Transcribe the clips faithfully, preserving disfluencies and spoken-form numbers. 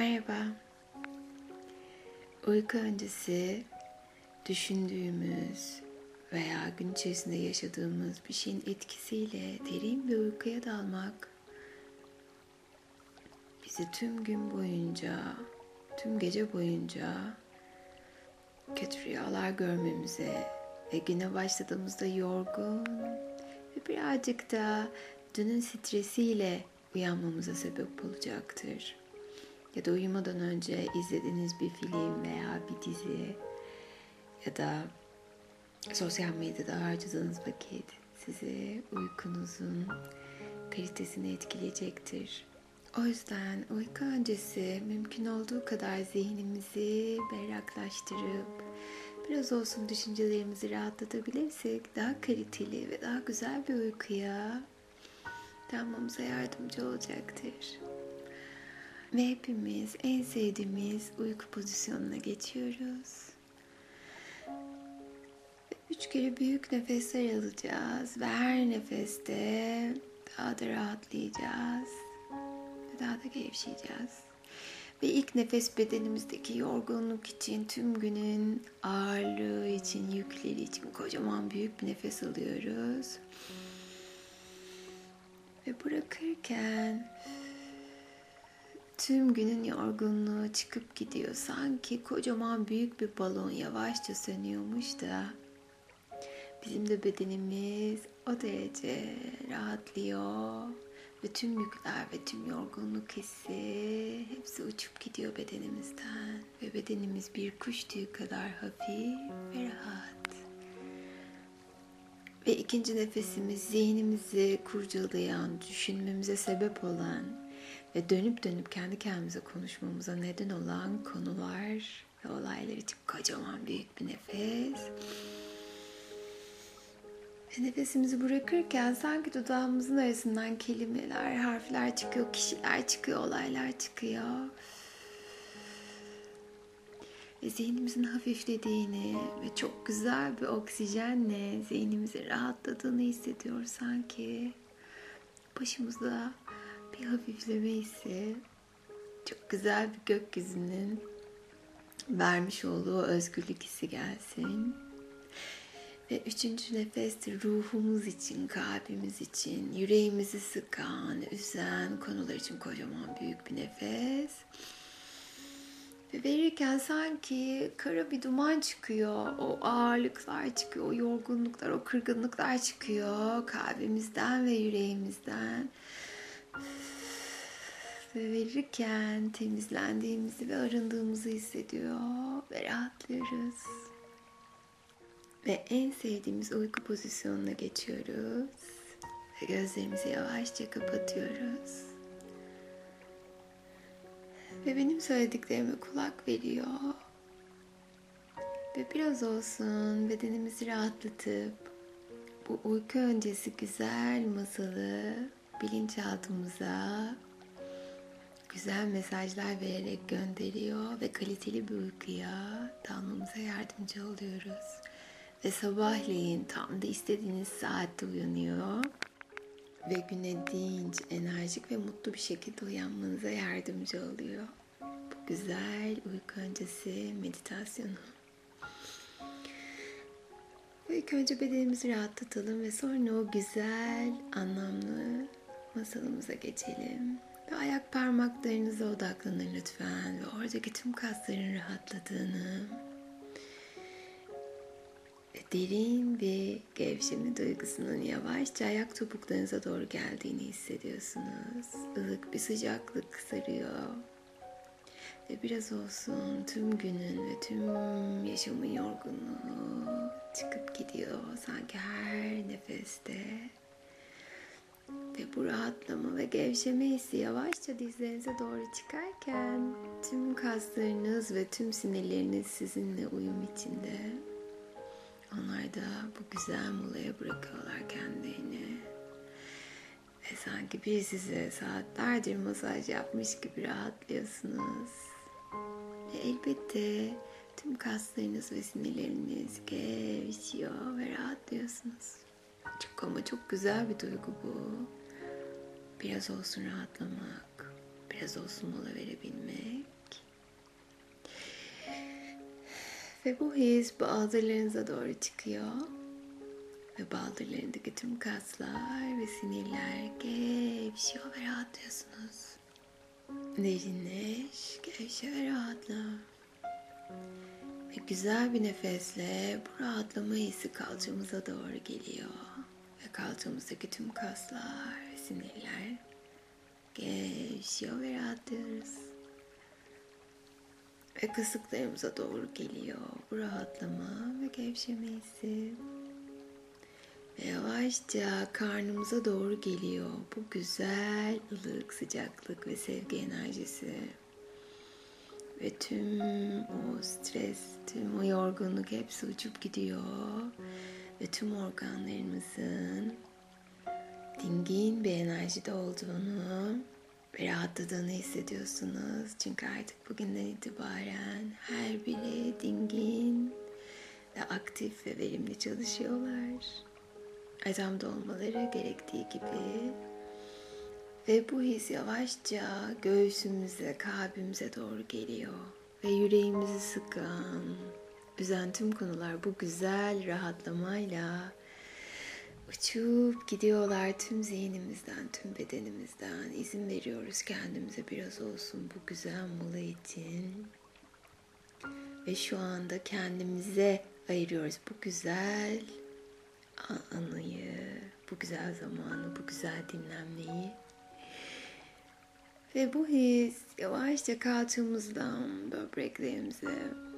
Merhaba. Uyku öncesi düşündüğümüz veya gün içerisinde yaşadığımız bir şeyin etkisiyle derin bir uykuya dalmak bizi tüm gün boyunca, tüm gece boyunca kötü rüyalar görmemize ve güne başladığımızda yorgun ve birazcık da dünün stresiyle uyanmamıza sebep olacaktır. Ya da uyumadan önce izlediğiniz bir film veya bir dizi ya da sosyal medyada harcadığınız vakit sizi uykunuzun kalitesini etkileyecektir. O yüzden uyku öncesi mümkün olduğu kadar zihnimizi berraklaştırıp biraz olsun düşüncelerimizi rahatlatabilirsek daha kaliteli ve daha güzel bir uykuya dalmamıza yardımcı olacaktır. Ve hepimiz en sevdiğimiz uyku pozisyonuna geçiyoruz. Üç kere büyük nefesler alacağız ve her nefeste daha da rahatlayacağız ve daha da gevşeyeceğiz. Ve ilk nefes bedenimizdeki yorgunluk için, tüm günün ağırlığı için, yükleri için kocaman büyük bir nefes alıyoruz. Ve bırakırken tüm günün yorgunluğu çıkıp gidiyor. Sanki kocaman büyük bir balon yavaşça sönüyormuş da bizim de bedenimiz o derece rahatlıyor ve tüm yükler ve tüm yorgunluk hissi hepsi uçup gidiyor bedenimizden ve bedenimiz bir kuş tüyü kadar hafif ve rahat. Ve ikinci nefesimiz zihnimizi kurcalayan, düşünmemize sebep olan ve dönüp dönüp kendi kendimize konuşmamıza neden olan konular ve olaylar için kocaman büyük bir nefes. Ve nefesimizi bırakırken sanki dudağımızın arasından kelimeler, harfler çıkıyor, kişiler çıkıyor, olaylar çıkıyor. Ve zihnimizin hafiflediğini ve çok güzel bir oksijenle zihnimizin rahatladığını hissediyor sanki. Başımızda bir hafifleme hissi, çok güzel bir gökyüzünün vermiş olduğu özgürlük hissi gelsin. Ve üçüncü nefeste ruhumuz için, kalbimiz için, yüreğimizi sıkan, üzen konular için kocaman büyük bir nefes. Ve verirken sanki kara bir duman çıkıyor, o ağırlıklar çıkıyor, o yorgunluklar, o kırgınlıklar çıkıyor kalbimizden ve yüreğimizden. Ve verirken temizlendiğimizi ve arındığımızı hissediyor ve rahatlıyoruz. Ve en sevdiğimiz uyku pozisyonuna geçiyoruz. Ve gözlerimizi yavaşça kapatıyoruz. Ve benim söylediklerime kulak veriyor. Ve biraz olsun bedenimizi rahatlatıp bu uyku öncesi güzel masalı bilinçaltımıza güzel mesajlar vererek gönderiyor ve kaliteli bir uykuya dalmamıza yardımcı oluyoruz. Ve sabahleyin tam da istediğiniz saatte uyanıyor ve güne dinç, enerjik ve mutlu bir şekilde uyanmanıza yardımcı oluyor bu güzel uyku öncesi meditasyonu. Ve ilk önce bedenimizi rahatlatalım ve sonra o güzel, anlamlı masalımıza geçelim. Ve ayak parmaklarınıza odaklanın lütfen ve oradaki tüm kasların rahatladığını ve derin bir gevşeme duygusunun yavaşça ayak topuklarınıza doğru geldiğini hissediyorsunuz. Ilık bir sıcaklık sarıyor. Ve biraz olsun tüm günün ve tüm yaşamın yorgunluğu çıkıp gidiyor sanki her nefeste. Ve bu rahatlama ve gevşeme hissi yavaşça dizlerinize doğru çıkarken tüm kaslarınız ve tüm sinirleriniz sizinle uyum içinde. Onlar da bu güzel molaya bırakıyorlar kendilerini. Ve sanki biri size saatlerdir masaj yapmış gibi rahatlıyorsunuz. Ve elbette tüm kaslarınız ve sinirleriniz gevşiyor ve rahatlıyorsunuz. Çok ama çok güzel bir duygu bu. Biraz olsun rahatlamak, biraz olsun mola verebilmek Ve bu his baldırlarınıza doğru çıkıyor. Ve baldırlarındaki tüm kaslar ve sinirler gevşiyor ve rahatlıyorsunuz. Derinleş, gevşe ve rahatla. Ve güzel bir nefesle bu rahatlama hissi kalçamıza doğru geliyor. Ve kalçamızdaki tüm kaslar ve sinirler gevşiyor ve rahatlıyoruz. Ve kısıklarımıza doğru geliyor bu rahatlama ve gevşeme hissi. Ve yavaşça karnımıza doğru geliyor bu güzel ılık, sıcaklık ve sevgi enerjisi. Ve tüm o stres, tüm o yorgunluk hepsi uçup gidiyor. Ve tüm organlarımızın dingin bir enerjide olduğunu ve rahatladığını hissediyorsunuz. Çünkü artık bugünden itibaren her biri dingin ve aktif ve verimli çalışıyorlar. Adamda olmaları gerektiği gibi. Ve bu his yavaşça göğsümüze, kalbimize doğru geliyor. Ve yüreğimizi sıkan, üzen tüm konular bu güzel rahatlamayla uçup gidiyorlar tüm zihnimizden, tüm bedenimizden. İzin veriyoruz kendimize biraz olsun bu güzel mola için. Ve şu anda kendimize ayırıyoruz bu güzel anıyı, bu güzel zamanı, bu güzel dinlenmeyi. Ve bu his yavaşça kalçamızdan böbreklerimize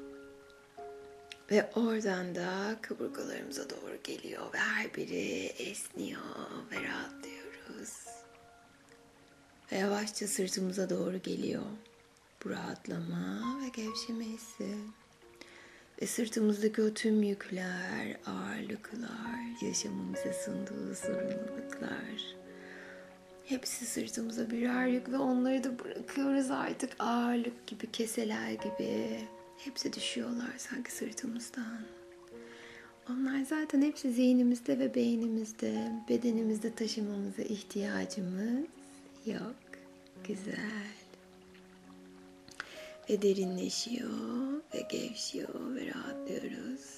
ve oradan da kaburgalarımıza doğru geliyor ve her biri esniyor ve rahatlıyoruz. Ve yavaşça sırtımıza doğru geliyor bu rahatlama ve gevşeme hissi. Ve sırtımızdaki o tüm yükler, ağırlıklar, yaşamımıza sunduğu sorumluluklar, hepsi sırtımıza birer yük ve onları da bırakıyoruz artık ağırlık gibi, keseler gibi. Hepsi düşüyorlar sanki sırtımızdan. Onlar zaten hepsi zihnimizde ve beynimizde, bedenimizde taşımamıza ihtiyacımız yok. Güzel. Ve derinleşiyor ve gevşiyor ve rahatlıyoruz.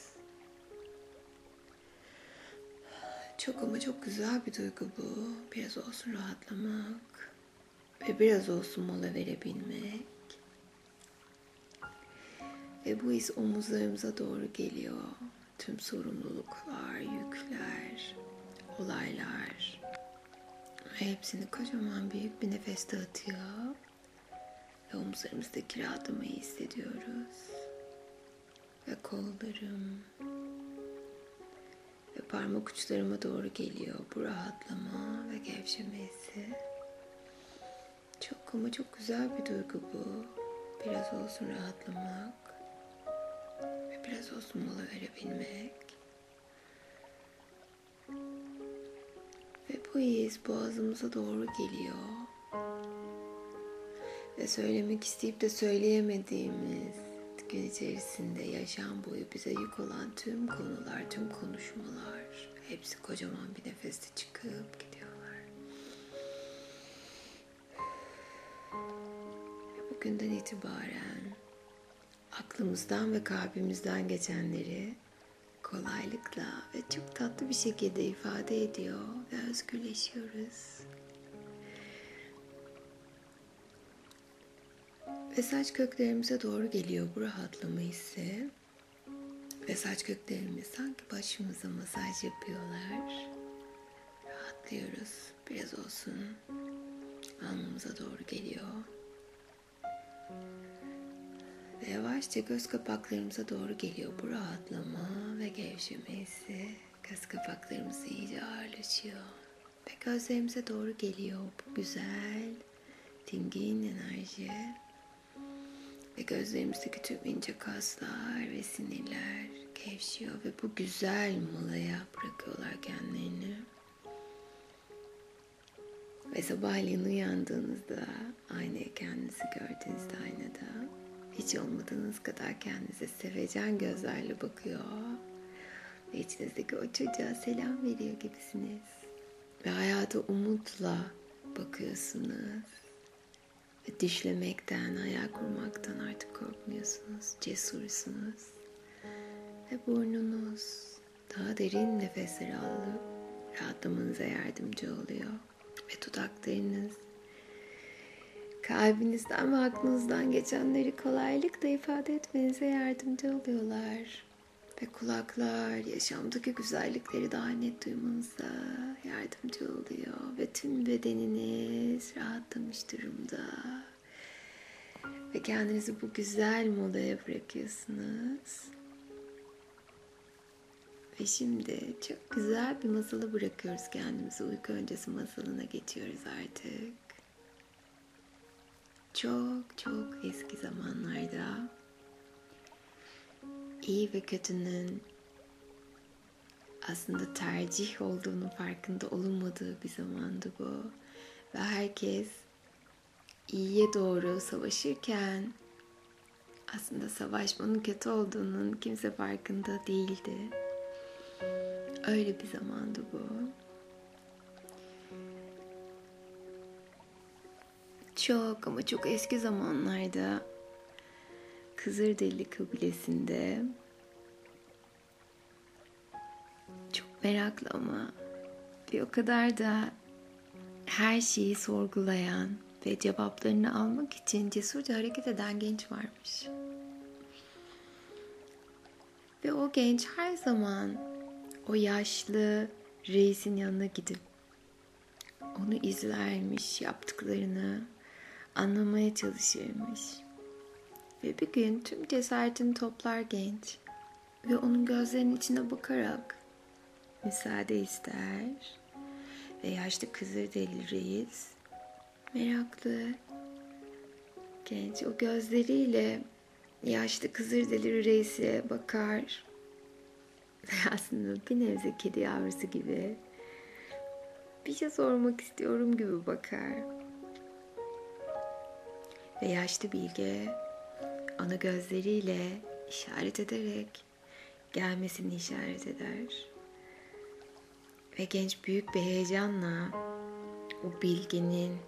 Çok ama çok güzel bir duygu bu. Biraz olsun rahatlamak ve biraz olsun mola verebilmek. Ve bu his omuzlarımıza doğru geliyor. Tüm sorumluluklar, yükler, olaylar ve hepsini kocaman büyük bir nefes dağıtıyor. Ve omuzlarımızdaki rahatlamayı hissediyoruz. Ve kollarım ve parmak uçlarıma doğru geliyor bu rahatlama ve gevşeme hissi. Çok ama çok güzel bir duygu bu. Biraz olsun rahatlamak ve biraz olsun mola verebilmek. Ve bu his boğazımıza doğru geliyor. Ve söylemek isteyip de söyleyemediğimiz gün içerisinde yaşam boyu bize yük olan tüm konular, tüm konuşmalar hepsi kocaman bir nefeste çıkıp gidiyorlar. Ve bugünden itibaren aklımızdan ve kalbimizden geçenleri kolaylıkla ve çok tatlı bir şekilde ifade ediyor ve özgürleşiyoruz. Ve saç köklerimize doğru geliyor bu rahatlama hissi. Ve saç köklerimiz sanki başımıza masaj yapıyorlar. Rahatlıyoruz. Biraz olsun. Alnımıza doğru geliyor. Ve yavaşça göz kapaklarımıza doğru geliyor bu rahatlama ve gevşeme hissi. Göz kapaklarımız iyice ağırlaşıyor. Ve gözlerimize doğru geliyor bu güzel, dingin enerji. Ve gözlerimizdeki tüm ince kaslar ve sinirler gevşiyor ve bu güzel molaya bırakıyorlar kendilerini. Ve sabahleyin uyandığınızda, aynaya kendinizi gördüğünüzde aynada, hiç olmadığınız kadar kendinize sevecen gözlerle bakıyor. Ve içinizdeki o çocuğa selam veriyor gibisiniz. Ve hayata umutla bakıyorsunuz. Ve düşlemekten, hayal kurmaktan artık korkmuyorsunuz. Cesursunuz. Ve burnunuz daha derin nefesler alıp rahatlamanıza yardımcı oluyor. Ve dudaklarınız kalbinizden ve aklınızdan geçenleri kolaylıkla ifade etmenize yardımcı oluyorlar. Ve kulaklar yaşamdaki güzellikleri daha net duymanıza yardımcı oluyor. Ve tüm bedeniniz rahatlamış durumda. Ve kendinizi bu güzel molaya bırakıyorsunuz. Ve şimdi çok güzel bir masala bırakıyoruz kendimizi. Uyku öncesi masalına geçiyoruz artık. Çok çok eski zamanlarda iyi ve kötünün aslında tercih olduğunun farkında olunmadığı bir zamandı bu. Ve herkes iyiye doğru savaşırken aslında savaşmanın kötü olduğunun kimse farkında değildi. Öyle bir zamandı bu. Çok ama çok eski zamanlarda Kızılderili kabilesinde çok meraklı ama bir o kadar da her şeyi sorgulayan ve cevaplarını almak için cesurca hareket eden genç varmış. Ve o genç her zaman o yaşlı reisin yanına gidip onu izlermiş, yaptıklarını anlamaya çalışırmış. Ve bir gün tüm cesaretini toplar genç ve onun gözlerinin içine bakarak müsaade ister. Ve yaşlı Kızılderili reis meraklı genç o gözleriyle yaşlı Kızılderili reise bakar. Ve aslında bir nebze kedi yavrusu gibi bir şey sormak istiyorum gibi bakar. Ve yaşlı bilge ona gözleriyle işaret ederek gelmesini işaret eder. Ve genç büyük bir heyecanla o bilgenin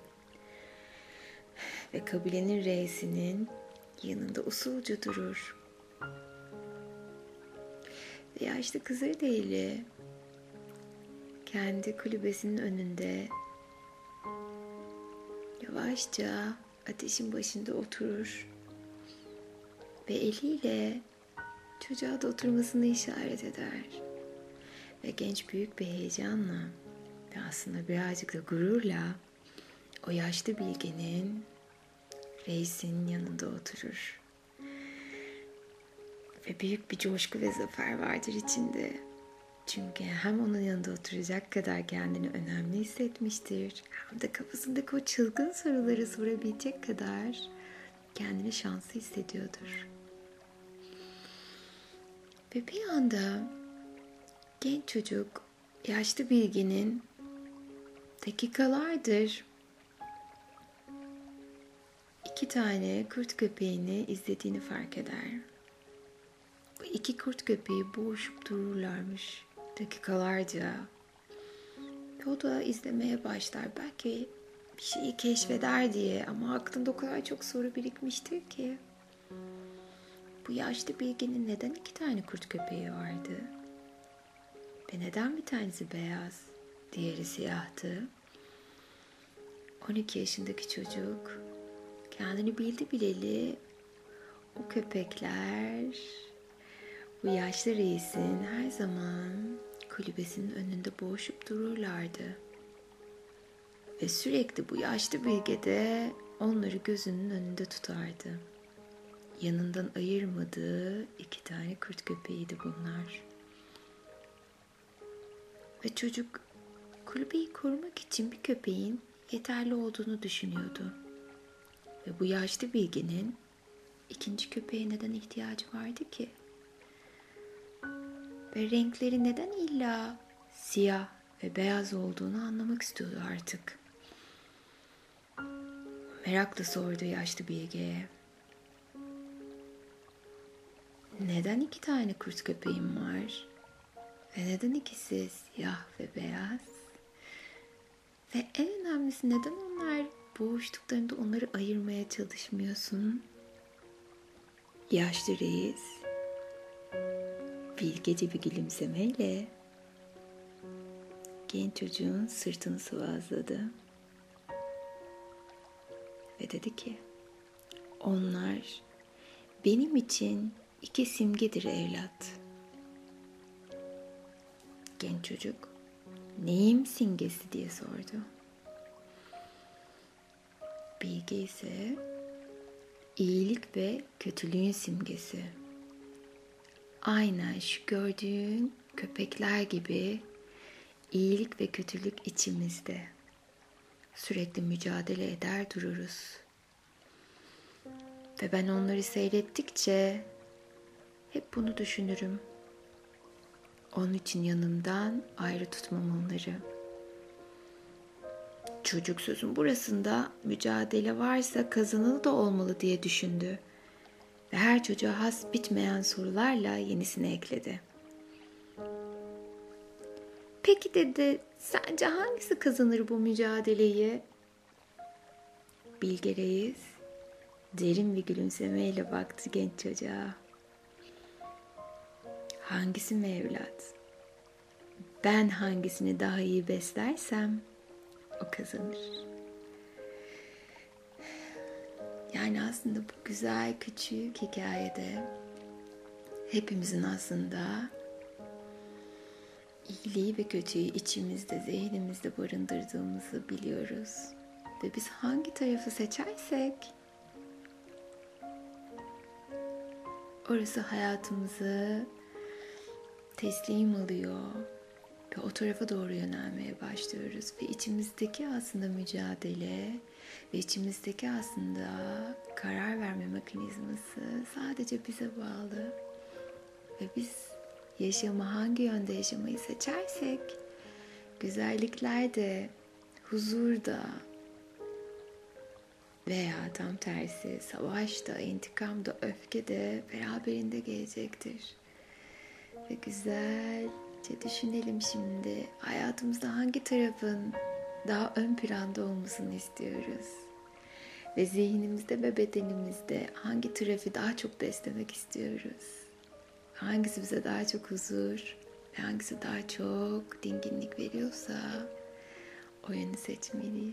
ve kabilenin reisinin yanında usulca durur. Ve yaşlı Kızılderili kendi kulübesinin önünde yavaşça ateşin başında oturur ve eliyle çocuğa da oturmasını işaret eder. Ve genç büyük bir heyecanla ve aslında birazcık da gururla o yaşlı bilgenin reisin yanında oturur. Ve büyük bir coşku ve zafer vardır içinde. Çünkü hem onun yanında oturacak kadar kendini önemli hissetmiştir, hem de kafasındaki o çılgın soruları sorabilecek kadar kendini şanslı hissediyordur. Ve bir anda genç çocuk yaşlı bilginin dakikalardır iki tane kurt köpeğini izlediğini fark eder. Bu iki kurt köpeği boğuşup dururlarmış dakikalarca. Ve o da izlemeye başlar. Belki bir şeyi keşfeder diye, ama aklında o kadar çok soru birikmiştir ki. Bu yaşlı bilginin neden iki tane kurt köpeği vardı? Ve neden bir tanesi beyaz, diğeri siyahtı? on iki yaşındaki çocuk kendini bildi bileli o köpekler bu yaşlı reisin her zaman kulübesinin önünde boğuşup dururlardı. Ve sürekli bu yaşlı bilge de onları gözünün önünde tutardı. Yanından ayırmadığı iki tane kurt köpeğiydi bunlar. Ve çocuk kulübeyi korumak için bir köpeğin yeterli olduğunu düşünüyordu. Ve bu yaşlı bilgenin ikinci köpeğe neden ihtiyacı vardı ki? Ve renkleri neden illa siyah ve beyaz olduğunu anlamak istiyordu artık. Merakla sordu yaşlı bilgeye. Neden iki tane kurt köpeğim var? Ve neden ikisi siyah ve beyaz? Ve en önemlisi, neden onlar boğuştuklarında onları ayırmaya çalışmıyorsun? Yaşlı reis Bilgece bir gülümsemeyle genç çocuğun sırtını sıvazladı ve dedi ki, onlar benim için iki simgedir evlat. Genç çocuk, neyin simgesi diye sordu. Bilge ise iyilik ve kötülüğün simgesi. Aynen şu gördüğün köpekler gibi iyilik ve kötülük içimizde. Sürekli mücadele eder dururuz. Ve ben onları seyrettikçe hep bunu düşünürüm. Onun için yanımdan ayrı tutmam onları. Çocuk sözün burasında mücadele varsa kazanılı da olmalı diye düşündü. Ve her çocuğa has bitmeyen sorularla yenisini ekledi. Peki dedi, sence hangisi kazanır bu mücadeleyi? Bilge Reis derin bir gülümsemeyle baktı genç çocuğa. Hangisi mi evlat? Ben hangisini daha iyi beslersem o kazanır. Yani aslında bu güzel küçük hikayede hepimizin aslında iyiliği ve kötüyü içimizde, zihnimizde barındırdığımızı biliyoruz. Ve biz hangi tarafı seçersek orası hayatımızı teslim alıyor ve o tarafa doğru yönelmeye başlıyoruz. Ve içimizdeki aslında mücadele ve içimizdeki aslında karar verme mekanizması sadece bize bağlı. Ve biz yaşamı hangi yönde yaşamayı seçersek güzellikler de, huzur da veya tam tersi savaş da, intikam da, öfke de beraberinde gelecektir. Ve güzelce düşünelim şimdi, hayatımızda hangi tarafın daha ön planda olmasını istiyoruz? Ve zihnimizde ve bedenimizde hangi tarafı daha çok beslemek istiyoruz? Hangisi bize daha çok huzur ve hangisi daha çok dinginlik veriyorsa o yönü seçmeliyiz.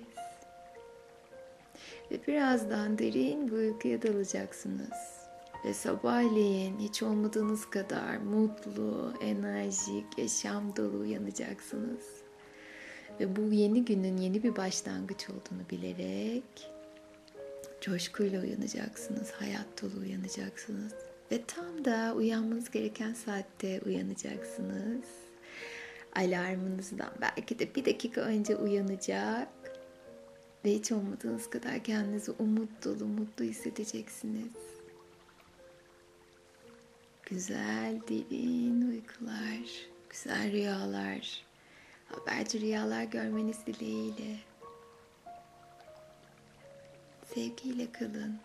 Ve birazdan derin bir uykuya dalacaksınız. Ve sabahleyin hiç olmadığınız kadar mutlu, enerjik, yaşam dolu uyanacaksınız. Ve bu yeni günün yeni bir başlangıç olduğunu bilerek coşkuyla uyanacaksınız, hayat dolu uyanacaksınız. Ve tam da uyanmanız gereken saatte uyanacaksınız. Alarmınızdan belki de bir dakika önce uyanacak ve hiç olmadığınız kadar kendinizi umut dolu, mutlu hissedeceksiniz. Güzel, derin uykular, güzel rüyalar, haberci rüyalar görmeniz dileğiyle. Sevgiyle kalın.